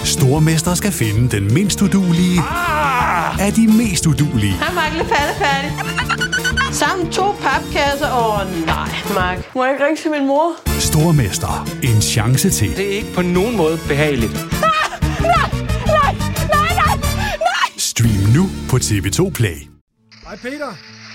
Stormester skal finde den mindst uduelige af de mest uduelige. Hej, Mark. Lidt færdig. Sammen 2 papkasser. Nej, Mark. Må jeg ikke ringe til min mor? Stormester. En chance til. Det er ikke på nogen måde behageligt. Nej. Stream nu på TV2 Play. Hej Peter.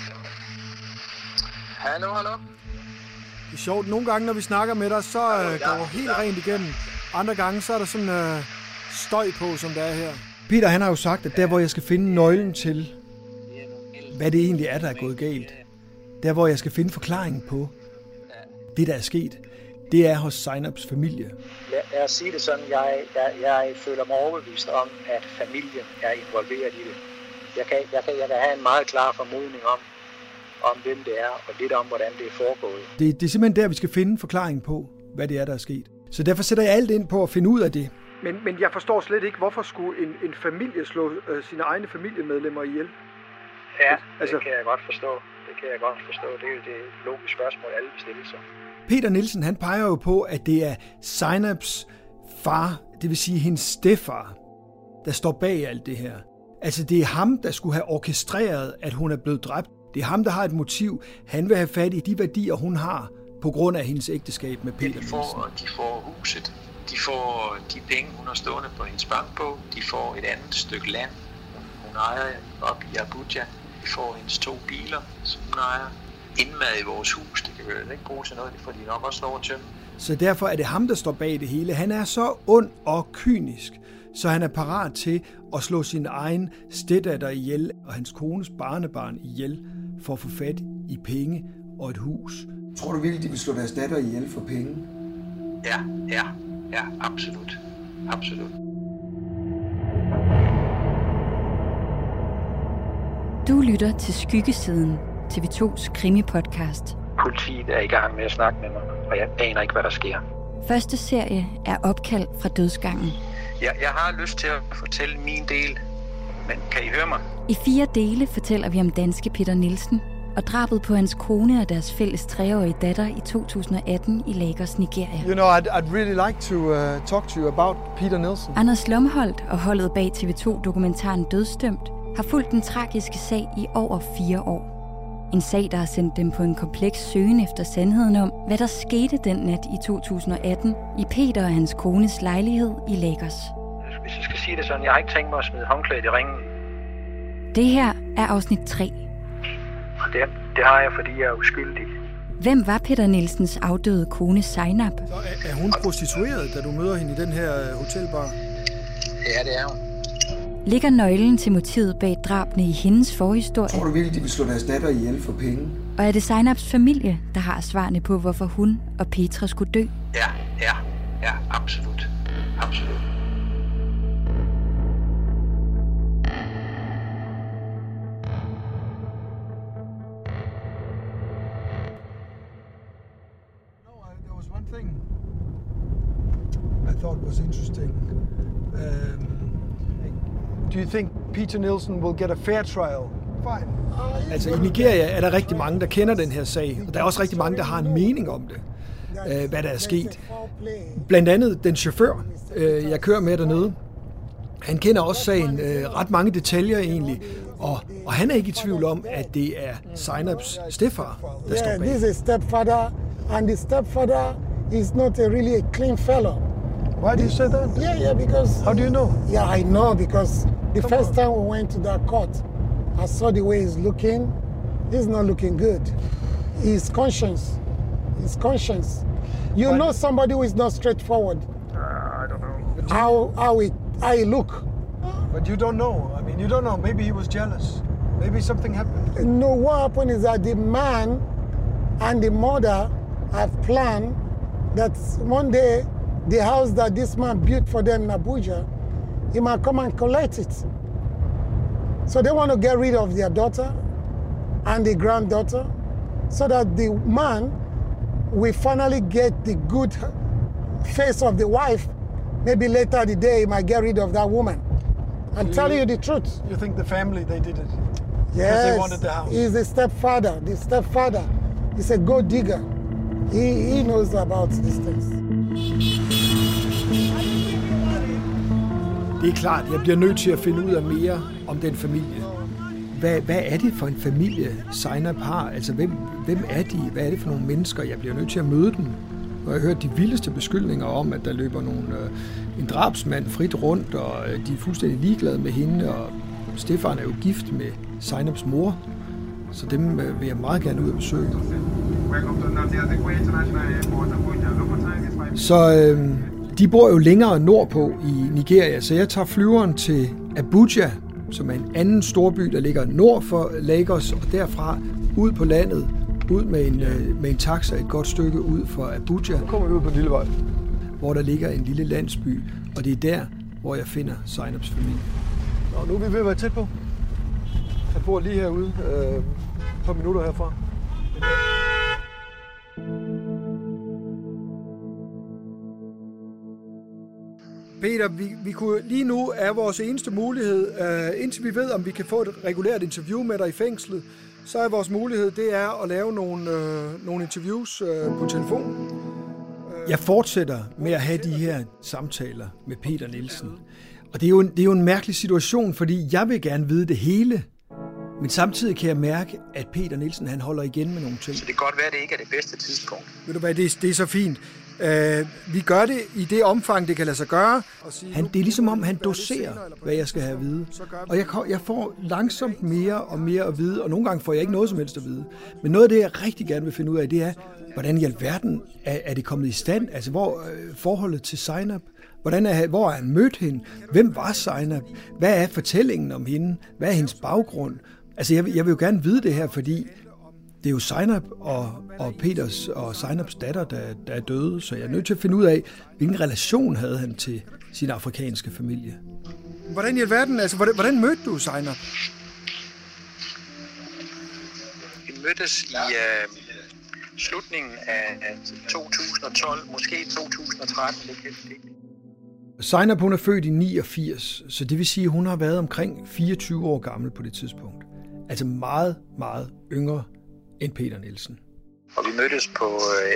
Hallo. Det er sjovt. Nogle gange, når vi snakker med dig, så går det helt rent igennem. Andre gange, så er der sådan støj på, som det er her. Peter, han har jo sagt, at der, hvor jeg skal finde nøglen til, hvad det egentlig er, der er gået galt, der, hvor jeg skal finde forklaringen på det, der er sket, det er hos Zainabs familie. Lad os sige det sådan, jeg føler mig overbevist om, at familien er involveret i det. Jeg kan have en meget klar formodning om hvem det er, og lidt om, hvordan det er foregået. Det er simpelthen der, vi skal finde forklaringen på, hvad det er, der er sket. Så derfor sætter jeg alt ind på at finde ud af det. Men jeg forstår slet ikke, hvorfor skulle en familie slå sine egne familiemedlemmer ihjel? Ja, det kan jeg godt forstå. Det er jo det logiske spørgsmål, alle vil stille sig. Peter Nielsen, han peger jo på, at det er Zainabs far, det vil sige hendes stedfar, der står bag alt det her. Altså det er ham, der skulle have orkestreret, at hun er blevet dræbt. Det er ham, der har et motiv. Han vil have fat i de værdier, hun har, på grund af hendes ægteskab med Peter Nielsen. De får huset. De får de penge, hun har stående på hendes bankbog. De får et andet stykke land, hun ejer op i Abuja. De får hendes 2 biler, som hun ejer. Indmad i vores hus, det kan jo ikke bruge til noget, det får de nok også lov at tømme. Så derfor er det ham, der står bag det hele. Han er så ond og kynisk, så han er parat til at slå sin egen steddatter ihjel og hans kones barnebarn ihjel for at få fat i penge og et hus. Tror du virkelig, de vil slå deres datter ihjel for penge? Ja, absolut. Du lytter til Skyggesiden, TV2's krimi-podcast. Politiet er i gang med at snakke med mig, og jeg aner ikke, hvad der sker. Første serie er Opkald fra dødsgangen. Jeg har lyst til at fortælle min del, men kan I høre mig? I 4 dele fortæller vi om danske Peter Nielsen og drabet på hans kone og deres fælles 3-årige datter i 2018 i Lagos, Nigeria. You know, I'd really like to talk to you about Peter Nielsen. Anders Lomholdt og holdet bag TV2-dokumentaren Dødsdømt har fulgt den tragiske sag i over 4 år. En sag, der har sendt dem på en kompleks søgen efter sandheden om, hvad der skete den nat i 2018 i Peter og hans kones lejlighed i Lagos. Hvis jeg skal sige det sådan, jeg har ikke tænkt mig at smide håndklædet i ringen. Det her er afsnit 3. Og det har jeg, fordi jeg er uskyldig. Hvem var Peter Nielsens afdøde kone Zainab? Så er hun prostitueret, da du møder hende i den her hotelbar? Ja, det er hun. Ligger nøglen til motivet bag drabene i hendes forhistorie? Tror du virkelig, de vil slå deres datter ihjel for penge? Og er det Zainabs familie, der har svarene på, hvorfor hun og Petra skulle dø? Ja, absolut. There was one thing I thought was interesting. Do you think Peter Nielsen will get a fair trial? Fine. Altså i Nigeria er der rigtig mange, der kender den her sag, og der er også rigtig mange, der har en mening om det, hvad der er sket. Blandt andet den chauffør, jeg kører med dernede. Han kender også sagen, ret mange detaljer egentlig, og han er ikke i tvivl om, at det er Zainabs stedfar, der står bag. This is stepfather, and the stepfather is not really a clean fellow. Why do you say that? Yeah, because... How do you know? Yeah, I know, because the first time we went to that court, I saw the way he's looking. He's not looking good. His conscience. You know somebody who is not straightforward. I don't know. How he look. But you don't know. I mean, you don't know. Maybe he was jealous. Maybe something happened. No, what happened is that the man and the mother have planned that one day the house that this man built for them in Abuja, he might come and collect it. So they want to get rid of their daughter and the granddaughter so that the man will finally get the good face of the wife. Maybe later the day he might get rid of that woman. I'm telling you the truth. You think the family, they did it? Yes. Because they wanted the house. He's the stepfather. The stepfather is a gold digger. He knows about these things. Det er klart, jeg bliver nødt til at finde ud af mere om den familie. Hvad er det for en familie, Zainab har? Altså, hvem er de? Hvad er det for nogle mennesker? Jeg bliver nødt til at møde dem. Og jeg har hørt de vildeste beskyldninger om, at der løber en drabsmand frit rundt, og de er fuldstændig ligeglade med hende, og Stefan er jo gift med Zainabs mor, så dem vil jeg meget gerne ud og besøge. Så de bor jo længere nordpå i Nigeria, så jeg tager flyveren til Abuja, som er en anden storby, der ligger nord for Lagos, og derfra ud på landet, ud med en taxa et godt stykke ud for Abuja. Så kommer vi ud på en lille vej, hvor der ligger en lille landsby, og det er der, hvor jeg finder Zainabs familie. Nå, nu er vi ved at være tæt på. Han bor lige herude, et par minutter herfra. Peter, vi kunne lige nu er vores eneste mulighed, indtil vi ved, om vi kan få et regulært interview med dig i fængslet, så er vores mulighed, det er at lave nogle interviews på telefon. Jeg fortsætter med at have de her samtaler med Peter Nielsen. Og det er jo en mærkelig situation, fordi jeg vil gerne vide det hele, men samtidig kan jeg mærke, at Peter Nielsen han holder igen med nogle ting. Så det kan godt være, at det ikke er det bedste tidspunkt. Ved du hvad, det er så fint. Vi gør det i det omfang, det kan lade sig gøre. Det er ligesom om, han doserer, hvad jeg skal have at vide. Og jeg får langsomt mere og mere at vide, og nogle gange får jeg ikke noget som helst at vide. Men noget af det, jeg rigtig gerne vil finde ud af, det er, hvordan i alverden er det kommet i stand? Altså, hvor forholdet til Zainab? Hvor er han mødt hende? Hvem var Zainab? Hvad er fortællingen om hende? Hvad er hendes baggrund? Altså, jeg vil jo gerne vide det her, fordi det er jo Zainab og Peters og Zainabs datter, der er døde, så jeg er nødt til at finde ud af, hvilken relation havde han til sin afrikanske familie. Hvordan i alverden, altså, hvordan mødte du Zainab? Vi mødtes i slutningen af 2012, måske 2013. Zainab, hun er født i 89, så det vil sige, at hun har været omkring 24 år gammel på det tidspunkt. Altså meget, meget yngre end Peter Nielsen. Og vi mødtes på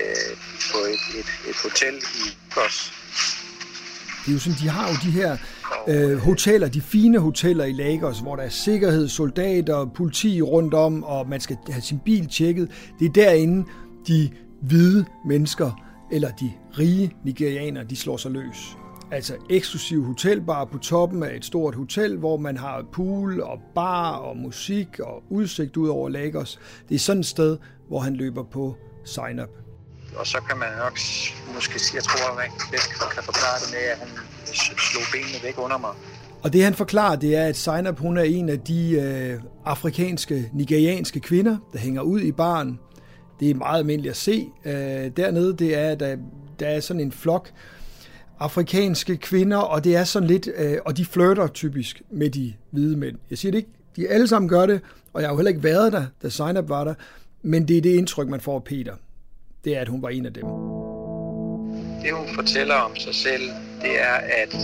et hotel i Lagos. Det er jo sådan, de har jo de her hoteller, de fine hoteller i Lagos, hvor der er sikkerhed, soldater, politi rundt om, og man skal have sin bil tjekket. Det er derinde, de hvide mennesker, eller de rige nigerianere, de slår sig løs. Altså eksklusiv hotelbar på toppen af et stort hotel, hvor man har pool og bar og musik og udsigt ud over Lagos. Det er sådan et sted, hvor han løber på Zainab. Og så kan man nok måske sige, jeg tror, at jeg bedst kan forklare det med, at han slog benene væk under mig. Og det han forklarer, det er, at Zainab, hun er en af de afrikanske, nigerianske kvinder, der hænger ud i baren. Det er meget almindeligt at se dernede. Det er, at der er sådan en flok afrikanske kvinder, og det er sådan lidt, og de flirter typisk med de hvide mænd. Jeg siger det ikke, de alle sammen gør det, og jeg har jo heller ikke været der, da Zainab var der, men det er det indtryk, man får af Peter. Det er, at hun var en af dem. Det hun fortæller om sig selv, det er,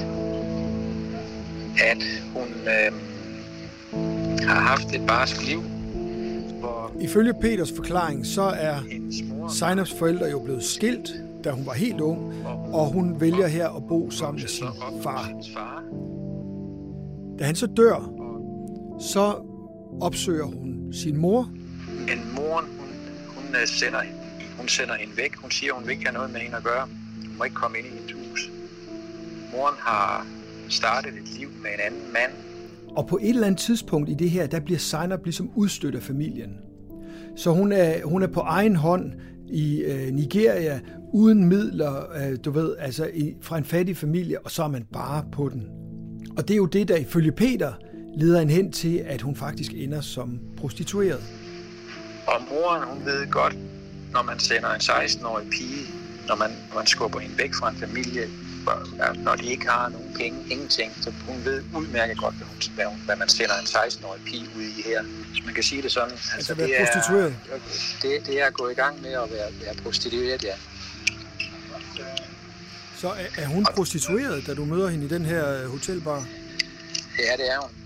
at hun har haft et barsk liv. Ifølge Peters forklaring, så er Zainabs forældre jo blevet skilt, da hun var helt ung, og hun vælger her at bo sammen med sin far. Da han så dør, så opsøger hun sin mor. Men moren, hun sender hende væk. Hun siger, hun vil ikke have noget med hende at gøre. Hun må ikke komme ind i hendes hus. Moren har startet et liv med en anden mand. Og på et eller andet tidspunkt i det her, der bliver Zainab ligesom udstødt af familien. Så hun er på egen hånd i Nigeria, uden midler, fra en fattig familie, og så er man bare på den. Og det er jo det, der ifølge Peter leder en hen til, at hun faktisk ender som prostitueret. Og moren, hun ved godt, når man sender en 16-årig pige, når man skubber hende væk fra en familie, når de ikke har nogen penge, ingenting, så hun ved udmærket godt, hvad man sender en 16-årig pige ud i her. Hvis man kan sige det sådan. Altså være prostitueret? Det er at gå i gang med at være prostitueret, ja. Så er hun prostitueret, da du møder hende i den her hotelbar? Ja, det er hun.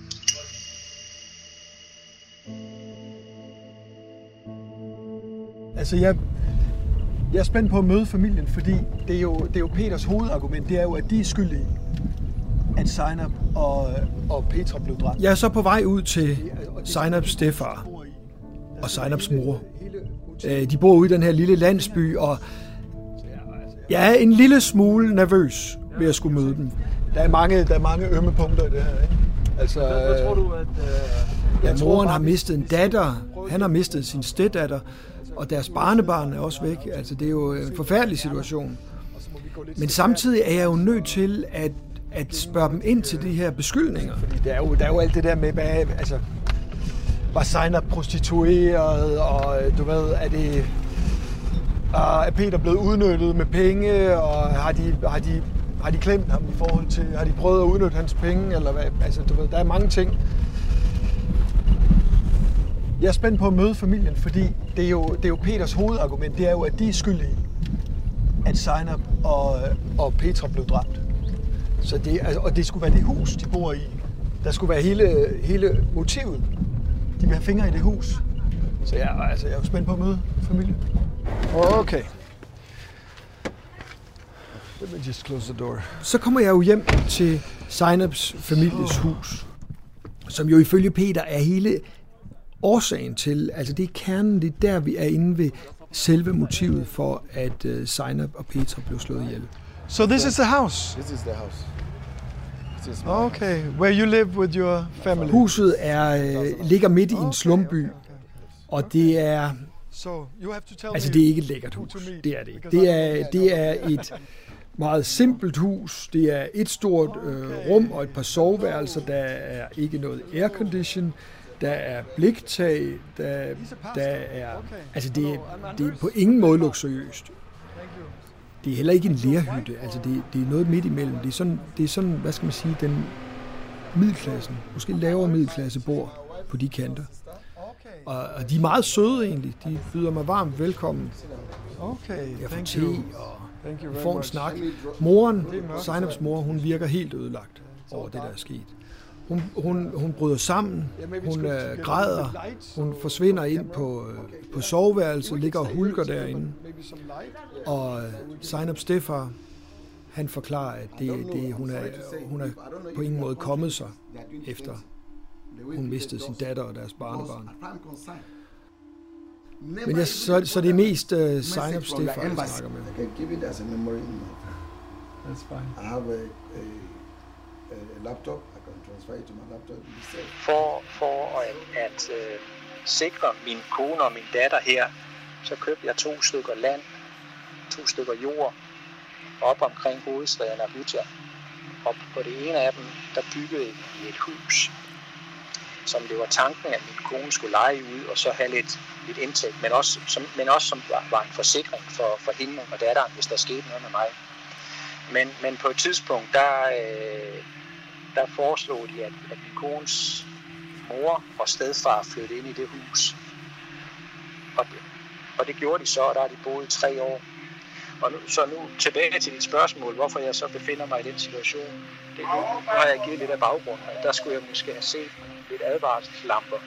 Altså, jeg er spændt på at møde familien, fordi det er jo Peters hovedargument, det er jo, at de er skyldige. at Zainab og Petra blev dræbt. Jeg er så på vej ud til Zainabs stedfar og Zainabs mor. De bor ude i den her lille landsby, og jeg er en lille smule nervøs ved at skulle møde dem. Der er mange ømme punkter i det her, ikke? Altså, hvad tror du, at... moren har mistet en datter, han har mistet sin steddatter, og deres barnebarn er også væk. Altså, det er jo en forfærdelig situation. Men samtidig er jeg jo nødt til at spørge dem ind til de her beskyldninger. Fordi der er jo alt det der med, var Zainab prostitueret, og du ved, er Peter blevet udnyttet med penge, og har de klemt ham i forhold til, har de prøvet at udnytte hans penge, eller hvad? Altså, du ved, der er mange ting. Jeg er spændt på at møde familien, fordi det er jo Peters hovedargument, det er jo, at de er skyldige, at Zainab og Petra blev dræbt. Så det skulle være det hus, de bor i. Der skulle være hele motivet. De vil have fingre i det hus. Så jeg er jo spændt på at møde familien. Okay. Let me just close the door. Så kommer jeg jo hjem til Zainabs families hus, som jo ifølge Peter er hele årsagen til, altså det er kernen, det er der, vi er inde ved selve motivet for, at Zainab og Petra blev slået ihjel. So this is the house? This is the house. Okay, where you live with your family? Huset ligger midt i en slumby, og det er... Altså, det er ikke et lækkert hus. Det er det ikke. Det er et meget simpelt hus. Det er et stort rum og et par soveværelser. Der er ikke noget aircondition. Der er bliktag. Der er... Altså, det er på ingen måde luksuriøst. Det er heller ikke en lerhytte. Altså, det er noget midt imellem. Det er sådan, hvad skal man sige, den middelklassen, måske lavere middelklasse bor på de kanter. Og de er meget søde egentlig. De byder mig varmt velkommen. Okay, jeg får te og får en snak. Moren, Zainabs mor, hun virker helt ødelagt over det, der er sket. Hun bryder sammen, hun græder, hun forsvinder ind på soveværelset, ligger og hulker derinde. Og Zainabs stedfar, han forklarer, at hun er på ingen måde kommet sig efter hun mistede sin datter og deres barnebarn. Men så det er mest Zainabs stedfar, jeg snakker med. I have a laptop. I can transfer it to my laptop. For at sikre min kone og min datter her, så købte jeg 2 stykker land, 2 stykker jord op omkring hovedstaden Abuja. Og på det ene af dem, der byggede jeg et hus, som det var tanken, at min kone skulle leje ud og så have lidt indtægt, men også som var en forsikring for hende og datteren, hvis der skete noget med mig. Men på et tidspunkt, der foreslog de, at min kones mor og stedfar flyttede ind i det hus. Og det gjorde de så, og der har de boet i 3 år. Og nu tilbage til dit spørgsmål, hvorfor jeg så befinder mig i den situation. Nu har jeg givet lidt af baggrunden. Der skulle jeg måske have set lidt advarselslamper.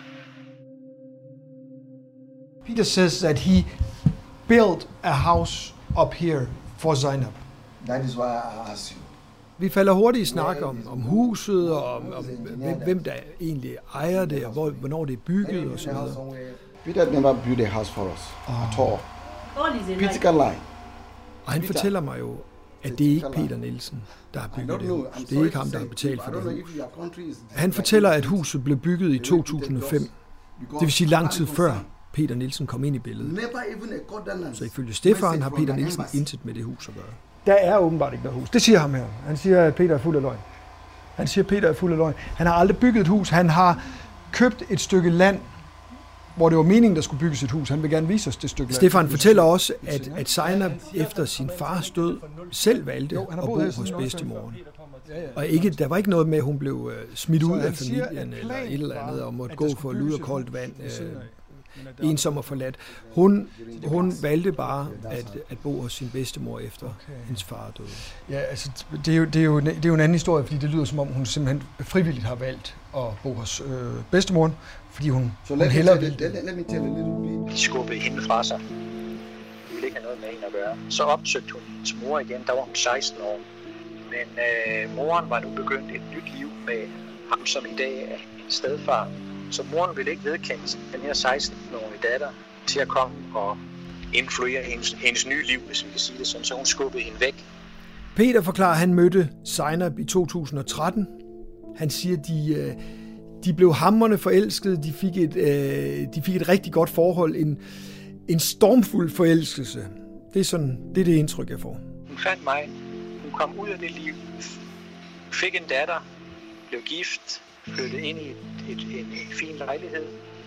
Peter says that he built a house up here for Zainab. That is why I asked you. Vi falder hurtigt i snak om huset, og om hvem der egentlig ejer det, og hvornår det er bygget og sådan noget. Peter never built a house for us at all. Peter lie. Og han fortæller mig jo, at det er ikke Peter Nielsen, der har bygget det hus. Det er ikke ham, der har betalt for det hus. Han fortæller, at huset blev bygget i 2005. Det vil sige lang tid før Peter Nielsen kom ind i billedet. Så ifølge Stefan har Peter Nielsen intet med det hus at gøre. Der er åbenbart ikke noget hus. Det siger ham her. Han siger, at Peter er fuld af løgn. Han har aldrig bygget et hus. Han har købt et stykke land, hvor det var meningen, der skulle bygges et hus. Han vil gerne vise os det stykke land. Stefan fortæller også, at Zainab efter sin fars død selv valgte at bo hos bedstemoren. Og der var ikke noget med, at hun blev smidt ud af familien eller et eller andet, og måtte gå for lud og koldt vand, ensom og forladt. Hun valgte bare at bo hos sin bedstemor efter hendes far døde. Ja, altså det er jo en anden historie, fordi det lyder som om hun simpelthen frivilligt har valgt at bo hos bedstemoren, fordi hun hellere ville. De skubbede hende fra sig. De ville ikke have noget med hende at gøre. Så opsøgte hun hendes mor igen, der var hun 16 år. Men moren var nu begyndt et nyt liv med ham, som i dag er stedfar. Så moren ville ikke vedkende den her 16-årige datter til at komme og influere hendes nye liv, hvis vi kan sige det sådan, så hun skubbede hende væk. Peter forklarer, at han mødte Zainab i 2013. Han siger, at de blev hamrende forelskede, de fik et rigtig godt forhold, en stormfuld forelskelse. Det er det indtryk, jeg får. Hun fandt mig, hun kom ud af det liv, fik en datter, blev gift, flyttede ind i en fin lejlighed.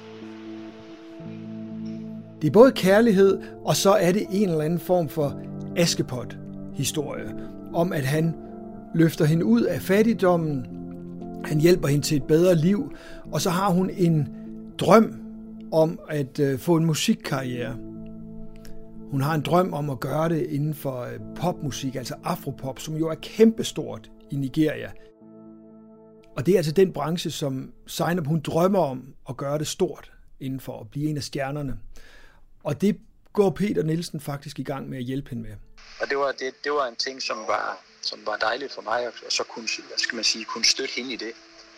Det er både kærlighed, og så er det en eller anden form for Askepot-historie, om at han løfter hende ud af fattigdommen, han hjælper hende til et bedre liv, og så har hun en drøm om at få en musikkarriere. Hun har en drøm om at gøre det inden for popmusik, altså afropop, som jo er kæmpestort i Nigeria. Og det er altså den branche, som Zainab, hun drømmer om at gøre det stort inden for at blive en af stjernerne. Og det går Peter Nielsen faktisk i gang med at hjælpe hende med. Og det var en ting, som var dejligt for mig, og så kunne støtte hende i det.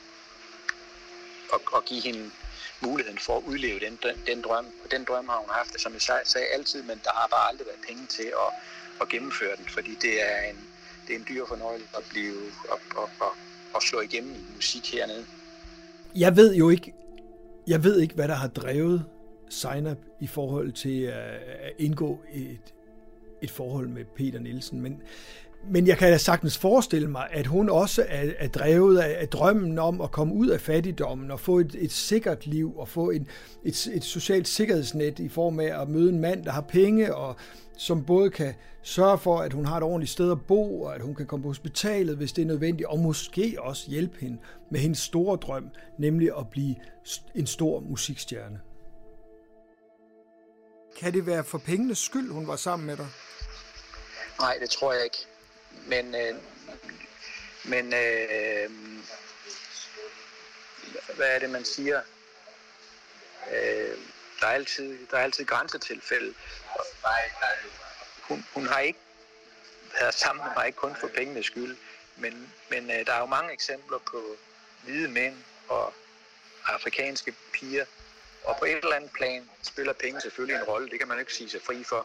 Og give hende muligheden for at udleve den drøm. Og den drøm har hun haft, som jeg sagde altid, men der har bare aldrig været penge til at gennemføre den, fordi det er en dyr fornøjelse at blive og slå igennem i musik hernede. Jeg ved ikke, hvad der har drevet Zainab i forhold til at indgå et forhold med Peter Nielsen, men jeg kan da sagtens forestille mig, at hun også er drevet af drømmen om at komme ud af fattigdommen og få et sikkert liv og få et socialt sikkerhedsnet i form af at møde en mand, der har penge, og som både kan sørge for, at hun har et ordentligt sted at bo, og at hun kan komme på hospitalet, hvis det er nødvendigt, og måske også hjælpe hende med hendes store drøm, nemlig at blive en stor musikstjerne. Kan det være for pengenes skyld, hun var sammen med dig? Nej, det tror jeg ikke. Men hvad er det, man siger? Der er altid grænsetilfælde. Hun har ikke været sammen med mig, ikke kun for pengenes skyld, men der er jo mange eksempler på hvide mænd og afrikanske piger, og på et eller andet plan spiller penge selvfølgelig en rolle. Det kan man ikke sige sig fri for.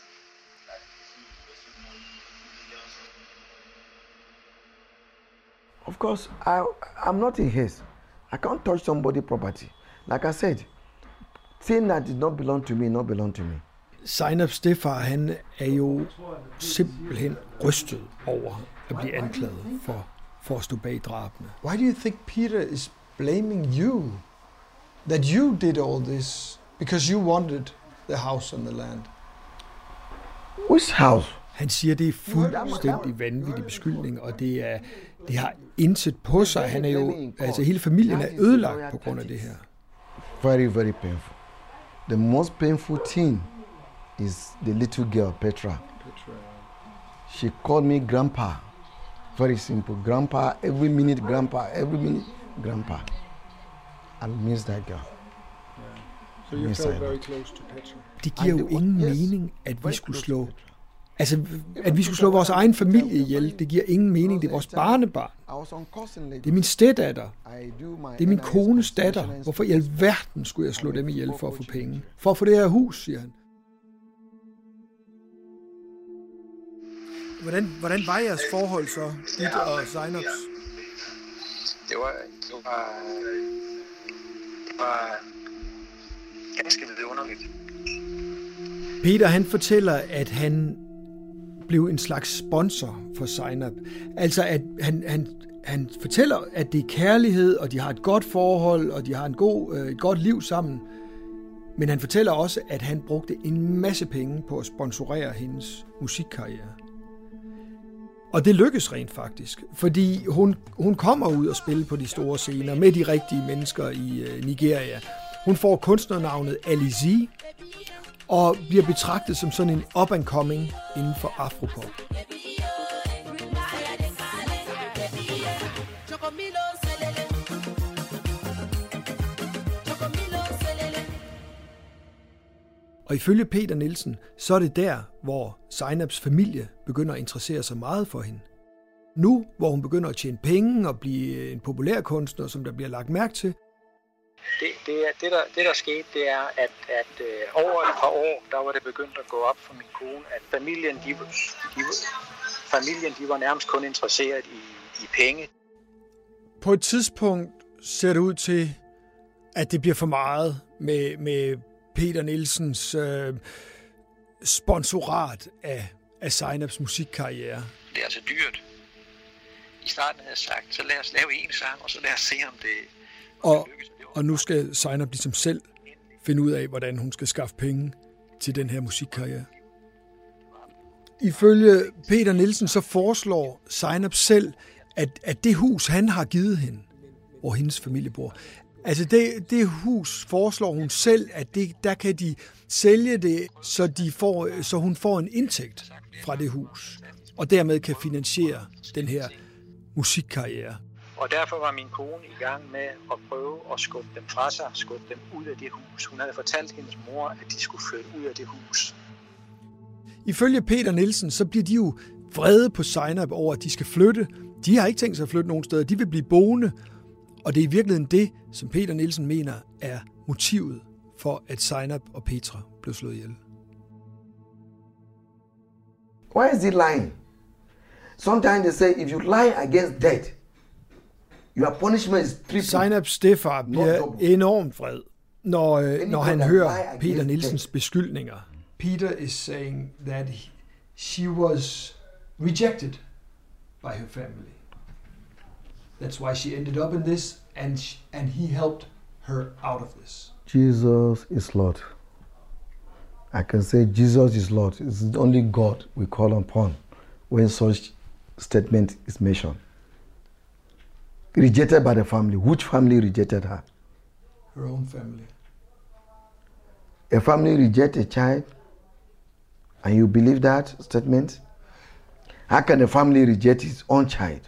Of course, I'm not in haste. I can't touch somebody's property. Like I said, thing that did not belong to me, not belong to me. Zainabs stedfar, han er jo simpelthen rystet over at blive anklaget for at stå bag drabene. Why do you think Peter is blaming you? That you did all this because you wanted the house and the land? Which house? Han siger, det er fuldstændig vanvittig beskyldning, og det har intet på sig. Han er jo, altså hele familien er ødelagt på grund af det her. Very, very painful. The most painful thing is the little girl, Petra. She called me grandpa. Very simple. Grandpa, every minute, grandpa, every minute, grandpa. I miss that girl. So you felt very close to Petra. Det giver jo ingen mening, at vi skulle slå vores egen familie ihjel. Det giver ingen mening. Det er vores barnebarn. Det er min steddatter. Det er min kones datter. Hvorfor i alverden skulle jeg slå dem ihjel for at få penge? For at få det her hus, siger han. Hvordan var jeres forhold så, dit og Zainabs? Det var ganske vidunderligt. Peter, han fortæller, at han blev en slags sponsor for Zainab. Altså, at han fortæller, at det er kærlighed, og de har et godt forhold, og de har et godt liv sammen. Men han fortæller også, at han brugte en masse penge på at sponsorere hendes musikkarriere. Og det lykkes rent faktisk, fordi hun kommer ud og spiller på de store scener med de rigtige mennesker i Nigeria. Hun får kunstnernavnet Alizée og bliver betragtet som sådan en up-and-coming inden for afropop. Og ifølge Peter Nielsen, så er det der, hvor Zainabs familie begynder at interessere sig meget for hende. nu, hvor hun begynder at tjene penge og blive en populær kunstner, som der bliver lagt mærke til. Det der skete, det er, at over et par år, der var det begyndt at gå op for min kone, at familien de var nærmest kun interesseret i penge. På et tidspunkt ser det ud til, at det bliver for meget med Peter Nielsens sponsorat af Zainabs musikkarriere. Det er altså dyrt. I starten havde jeg sagt, så lad os lave en sang, og så lad os se, om det lykkes. Og nu skal Zainab ligesom selv finde ud af, hvordan hun skal skaffe penge til den her musikkarriere. Ifølge Peter Nielsen så foreslår Zainab selv, at det hus, han har givet hende, hvor hendes familie bor, altså det hus foreslår hun selv, at der kan de sælge det, så hun får en indtægt fra det hus, og dermed kan finansiere den her musikkarriere. Og derfor var min kone i gang med at prøve at skubbe dem fra sig, skubbe dem ud af det hus. Hun havde fortalt hendes mor, at de skulle flytte ud af det hus. Ifølge Peter Nielsen, så bliver de jo vrede på Zainab over, at de skal flytte. De har ikke tænkt sig at flytte nogen steder. De vil blive boende. Og det er i virkeligheden det, som Peter Nielsen mener er motivet for, at Zainab og Petra blev slået ihjel. Why is he lying? Sometimes they say, if you lie against death, your punishment is triple. Zainabs stedfar bliver enormt vred, når han hører Peter Nielsens beskyldninger. Peter is saying that she was rejected by her family. That's why she ended up in this, and he helped her out of this. Jesus is Lord. I can say Jesus is Lord. It's only God we call upon when such statement is mentioned. Rejected by the family. Which family rejected her? Her own family. A family rejects a child, and you believe that statement? How can a family reject its own child?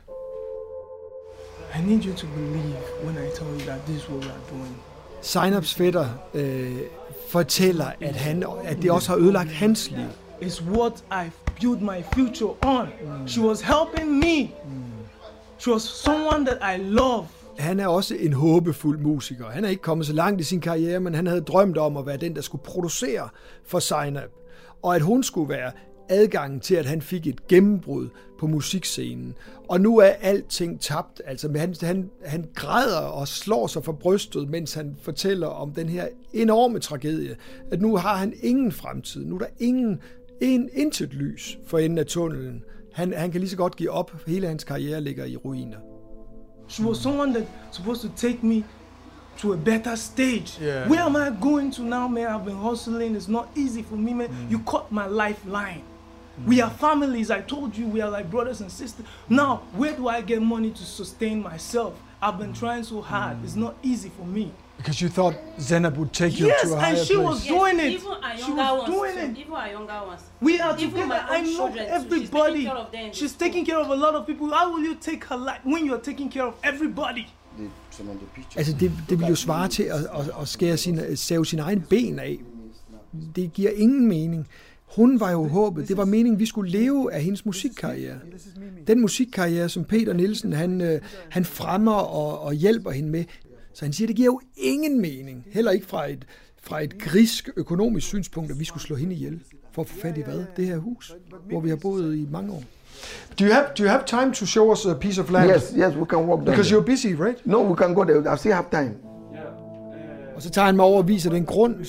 I need you to believe when I tell you that this is what we are doing. Zainabs fætter fortæller, at det også har ødelagt hans liv. It's what I've built my future on. She was helping me. She was someone that I love. Han er også en håbefuld musiker. Han er ikke kommet så langt i sin karriere, men han havde drømt om at være den, der skulle producere for Zainab. Og at hun skulle være adgangen til, at han fik et gennembrud på musikscenen. Og nu er alting tabt. Altså, han græder og slår sig for brystet, mens han fortæller om den her enorme tragedie. At nu har han ingen fremtid. Nu er der intet lys for enden af tunnelen. Han kan lige så godt give op. Hele hans karriere ligger i ruiner. She was someone that supposed to take me to a better stage. Yeah. Where am I going to now, man? I've been hustling. It's not easy for me, man. You cut my lifeline. We are families. I told you we are like brothers and sisters. Now, where do I get money to sustain myself? I've been trying so hard. It's not easy for me. Because you thought Zainab would take you to a higher place. Yes, and she was doing it. Even our she younger was doing ones. it. Even our younger ones. We are even together. I know everybody. She's taking care of a lot of people. How will you take her life when you're taking care of everybody? Altså, det vil jo svare til at save sin egen ben af. Det giver ingen mening. Hun var jo håbet. Det var meningen, vi skulle leve af hendes musikkarriere. Den musikkarriere, som Peter Nielsen, han fremmer og hjælper hende med. Så han siger, det giver jo ingen mening. Heller ikke fra et grisk økonomisk synspunkt, at vi skulle slå hende ihjel. For at få fat i hvad? Det her hus, hvor vi har boet i mange år. Do you have time to show us a piece of land? Yes, we can walk down. Because you're busy, right? No, we can go there. I still have time. Og så tager han mig over og viser den grund,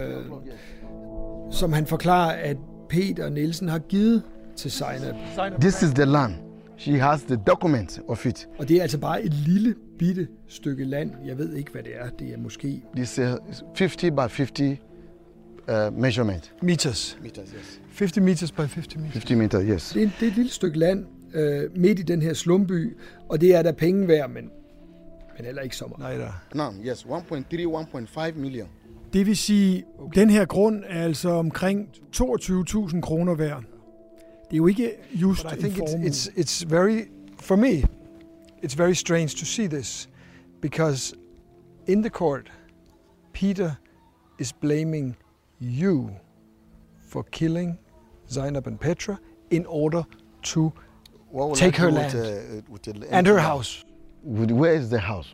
som han forklarer, at Peter Nielsen har givet til Zainab. This is the land. She has the document of it. Og det er altså bare et lille bitte stykke land. Jeg ved ikke, hvad det er. Det er måske... This is 50 by 50 measurement. Meters. Meters, yes. 50 meters by 50 meters. 50 meters, yes. Det er et lille stykke land midt i den her slumby, og det er der penge værd, men heller ikke så meget. Nej, No, yes, 1.3, 1.5 million. Det vil sige, den her grund er altså omkring 22.000 kroner værd. Det er jo ikke just But I think en formue. it's very, for me, it's very strange to see this, because in the court, Peter is blaming you for killing Zainab and Petra in order to take her land and her house. Where is the house?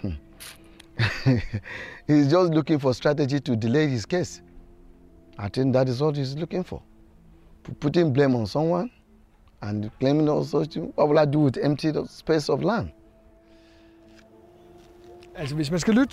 He's just looking for strategy to delay his case. I think that is what he's looking for. Putting blame on someone and claiming also, what will I do with empty space of land? Altså, hvis man skal lytte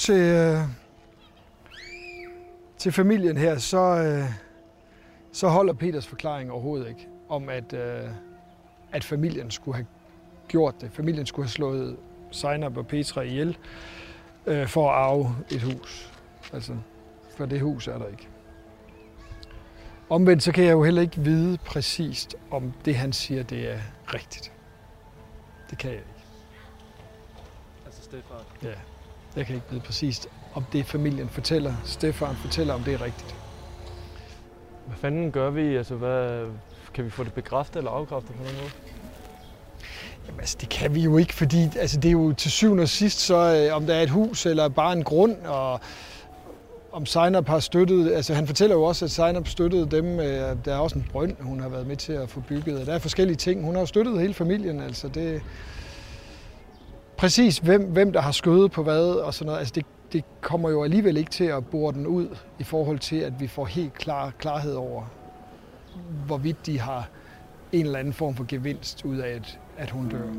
til familien her, så holder Peters forklaring overhovedet ikke om, at familien skulle have gjort det. Familien skulle have slået Zainab og Petra ihjel for at arve et hus. Altså, for det hus er der ikke. Omvendt så kan jeg jo heller ikke vide præcist, om det han siger, det er rigtigt. Det kan jeg ikke. Altså stedfaren? Ja, jeg kan ikke vide præcist, om det familien fortæller, stedfaren fortæller, om det er rigtigt. Hvad fanden gør vi? Altså, kan vi få det bekræftet eller afkræftet på nogen måde? Jamen, altså, det kan vi jo ikke, fordi altså, det er jo til syvende og sidst, så om der er et hus eller bare en grund, og om Zainab har støttet, altså han fortæller jo også, at Zainab støttede dem, der er også en brønd, hun har været med til at få bygget, og der er forskellige ting. Hun har jo støttet hele familien, altså det præcis hvem der har skødet på hvad og sådan noget, altså det kommer jo alligevel ikke til at bore den ud i forhold til, at vi får helt klarhed over, hvorvidt de har en eller anden form for gevinst ud af, at hun dør.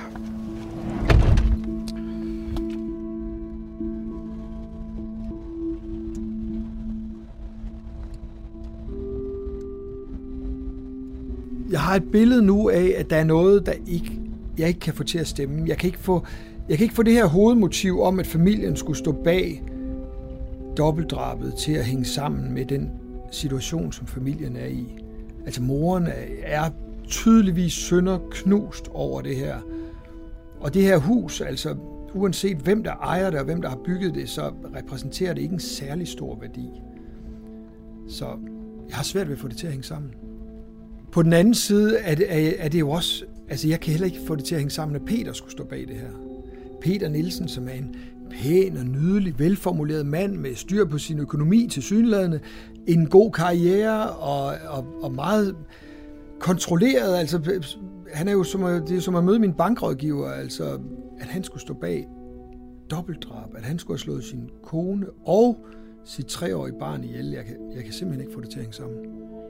Jeg har et billede nu af, at der er noget, jeg ikke kan få til at stemme. Jeg kan ikke få det her hovedmotiv om, at familien skulle stå bag dobbeltdrabet til at hænge sammen med den situation, som familien er i. Altså moren er tydeligvis sønderknust over det her. Og det her hus, altså uanset hvem der ejer det og hvem der har bygget det, så repræsenterer det ikke en særlig stor værdi. Så jeg har svært ved at få det til at hænge sammen. På den anden side er det jo også, altså jeg kan heller ikke få det til at hænge sammen, at Peter skulle stå bag det her. Peter Nielsen, som er en pæn og nydelig, velformuleret mand med styr på sin økonomi tilsyneladende, en god karriere og meget kontrolleret, altså han er jo det er som at møde min bankrådgiver, altså at han skulle stå bag dobbeltdrab, at han skulle have slået sin kone og sit 3-årige barn ihjel. Jeg kan simpelthen ikke få det til at hænge sammen.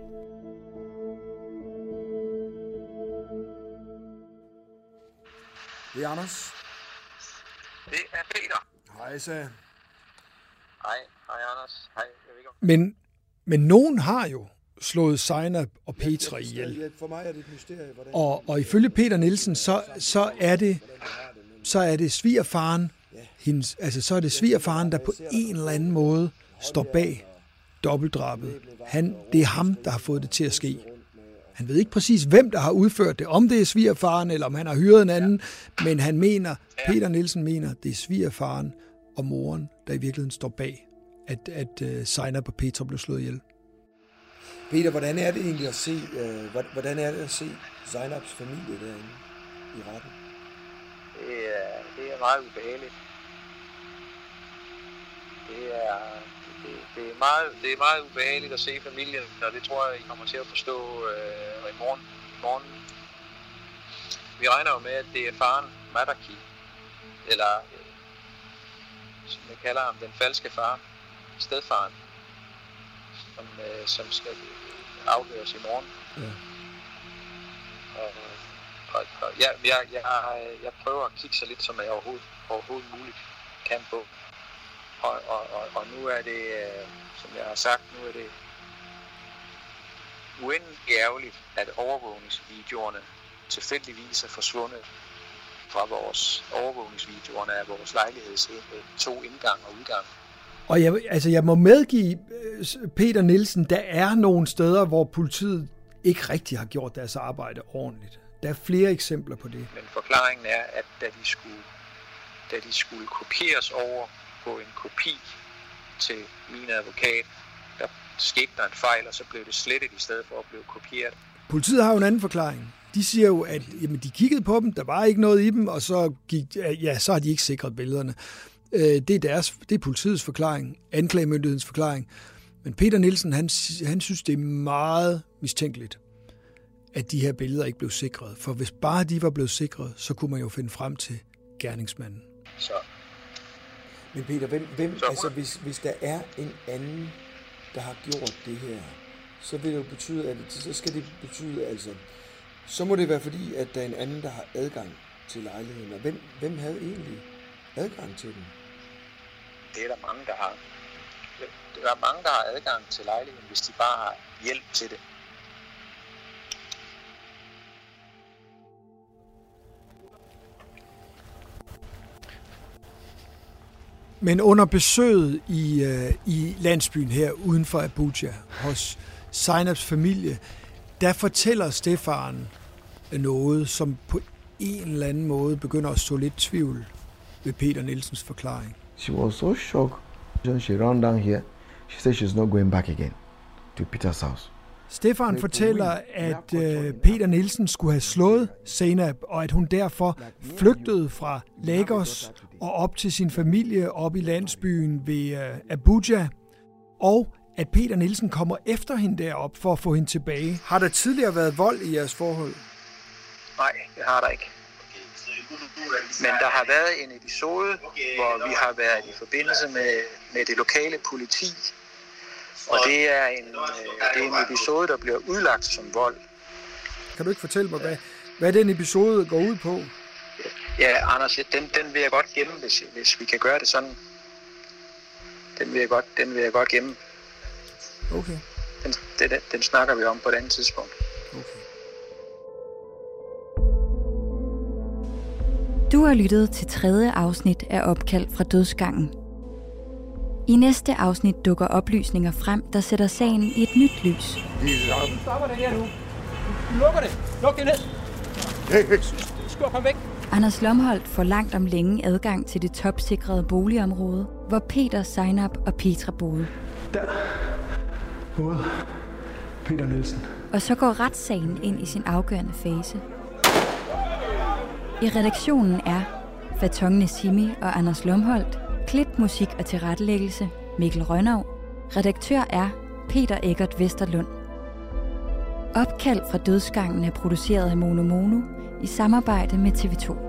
Det er Anders. Det er Peter. Hej, så. Hej Anders. Hej, Viggo. Men nogen har jo slået Zainab og Petra ihjel. For mig er det et mysterie, hvordan... Og ifølge Peter Nielsen, så er det svigerfaren, så er det svigerfaren, der på en eller anden måde står bag dobbeltdrabet. Det er ham, der har fået det til at ske. Han ved ikke præcis, hvem der har udført det, om det er svigerfaren, eller om han har hyret en anden, men han mener, Peter Nielsen mener, det er svigerfaren og moren, der i virkeligheden står bag, at Zainab og Petra blev slået ihjel. Peter, hvordan er det egentlig at se, Zainabs familie derinde i retten? Det er meget ubehageligt. Det er meget ubehageligt at se familien, og det tror jeg, I kommer til at forstå i morgen. Vi regner jo med, at det er faren, Madaki, eller som jeg kalder ham, den falske far, stedfaren, som skal afhøres i morgen. Ja. Jeg prøver at kigge så lidt, som jeg overhovedet muligt kan på. Og nu er det, som jeg har sagt, nu er det uendelig ærgerligt, at overvågningsvideoerne tilfældigvis er forsvundet fra vores overvågningsvideoerne af vores lejligheds 2 indgang og udgang. Og jeg må medgive Peter Nielsen, der er nogle steder, hvor politiet ikke rigtig har gjort deres arbejde ordentligt. Der er flere eksempler på det. Men forklaringen er, at da de skulle kopieres over på en kopi til min advokat, der skete der en fejl, og så blev det slettet i stedet for at blive kopieret. Politiet har jo en anden forklaring. De siger jo, at de kiggede på dem, der var ikke noget i dem, og så har de ikke sikret billederne. Det er politiets forklaring, anklagemyndighedens forklaring. Men Peter Nielsen, han synes, det er meget mistænkeligt, at de her billeder ikke blev sikret. For hvis bare de var blevet sikret, så kunne man jo finde frem til gerningsmanden. Så. Men Peter, altså hvis der er en anden, der har gjort det her, så vil det jo betyde, så må det være fordi, at der er en anden, der har adgang til lejligheden. Og hvem havde egentlig adgang til den? Det er der mange, der har. Der er mange, der har adgang til lejligheden, hvis de bare har hjælp til det. Men under besøget i landsbyen her uden for Abuja hos Zainabs familie, der fortæller Stefan noget, som på en eller anden måde begynder at så lidt tvivl ved Peter Nielsens forklaring. She was so shocked when she ran down here. She said she's not going back again to Peter's house. Stefan fortæller, at Peter Nielsen skulle have slået Zainab, og at hun derfor flygtede fra Lagos og op til sin familie op i landsbyen ved Abuja, og at Peter Nielsen kommer efter hende derop for at få hende tilbage. Har der tidligere været vold i jeres forhold? Nej, det har der ikke. Men der har været en episode, hvor vi har været i forbindelse med det lokale politi. Og det er en episode, der bliver udlagt som vold. Kan du ikke fortælle mig, hvad den episode går ud på? Ja, Anders, den vil jeg godt gemme, hvis vi kan gøre det sådan. Den vil jeg godt gemme. Okay. Den snakker vi om på et andet tidspunkt. Okay. Du har lyttet til 3. afsnit af Opkald fra dødsgangen. I næste afsnit dukker oplysninger frem, der sætter sagen i et nyt lys. Du stopper det her nu. Du lukker det. Luk det ned. Skub ham væk. Anders Lomholt får langt om længe adgang til det topsikrede boligområde, hvor Peter, Zainab og Petra boede. Der boede Peter Nielsen. Og så går retssagen ind i sin afgørende fase. I redaktionen er Faton Nesimi og Anders Lomholt, klip, musik og tilrettelæggelse Mikkel Rønnav. Redaktør er Peter Eggert Vesterlund. Opkald fra dødsgangen er produceret af Mono Mono i samarbejde med TV2.